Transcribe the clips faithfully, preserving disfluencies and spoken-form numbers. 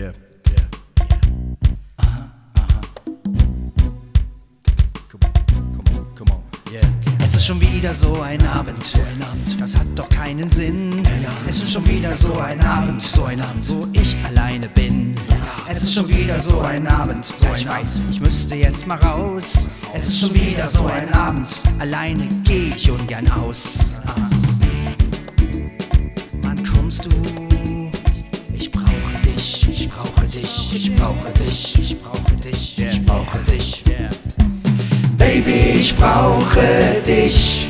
Yeah, yeah, yeah. Aha, aha. Come on, come on, come on. Yeah. Es ist schon wieder so ein Abend, So ein Abend. das hat doch keinen Sinn. Ja, ja. Es ist schon wieder so ein Abend, So ein Abend. wo ich alleine bin. Es ist schon wieder so ein Abend, So ja, ein ich weiß, Abend. ich müsste jetzt mal raus. Es ist schon wieder so ein Abend, alleine geh ich ungern aus. Wann kommst du? Ich brauche dich, ich brauche dich, ich brauche dich, ich brauche dich, ich brauche dich. Yeah. Baby, ich brauche dich.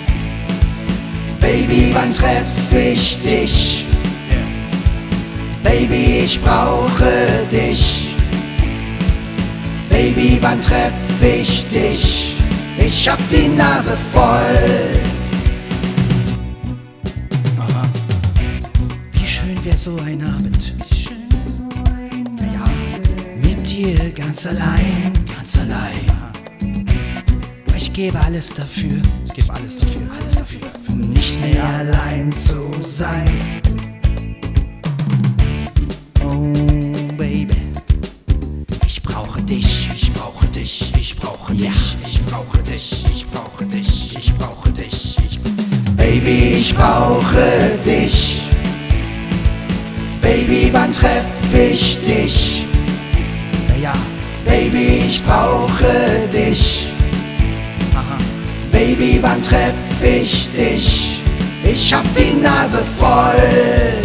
Baby, wann treff ich dich? Yeah. Baby, ich brauche dich. Baby, wann treff ich dich? Ich hab die Nase voll. Aha. Wie schön wär so ein Abend. Ja, mit dir ganz allein, ganz allein. Ich gebe alles dafür, Ich gebe alles dafür, alles dafür. um nicht mehr allein zu sein. Oh Baby, ich brauche dich, ich brauche dich, ich brauche dich, ich brauche dich, ich brauche dich, ich brauche dich. Ich Baby, ich brauche dich. Baby, wann treff ich dich? Ja, Baby, ich brauche dich. Aha. Baby, wann treff ich dich? Ich hab die Nase voll.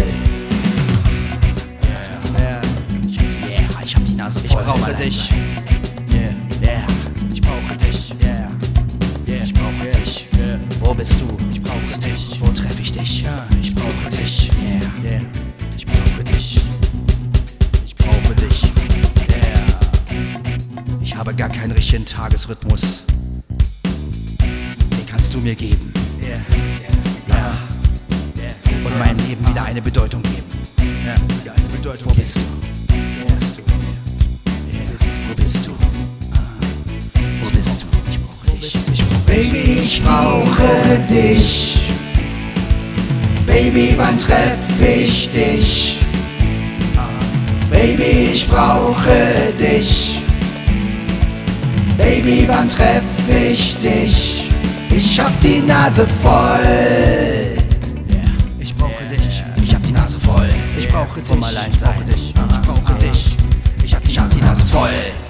Yeah. Ich hab die Nase Yeah, ich hab die Nase Ich voll. brauche Allein dich. sein. Yeah. Yeah, ich brauche dich. Yeah. Yeah, ich brauche Yeah. dich. Yeah. Wo bist du? Ich brauche dich. Wo treff ich dich? Ja, Ich brauche dich. Yeah, Yeah. ich brauche dich. Ich brauche dich. Yeah. Ich habe gar keinen richtigen Tagesrhythmus. Den kannst du mir geben. Yeah. Ja. Yeah. Und meinem Leben wieder eine Bedeutung geben. Ja. Geile Bedeutung. Wo bist du? Wo bist du? Wo bist du? Wo bist du? Ich brauche dich. Ich brauche Baby, ich brauche dich. Baby, wann treff ich dich? Baby, ich brauche dich. Baby, wann treff ich dich? Ich hab die Nase voll. Ich brauche dich. Ich hab die Nase voll. Ich brauche dich. Vom Alleinsein. Ich brauche dich. Ich brauche dich. Ich hab die Nase voll.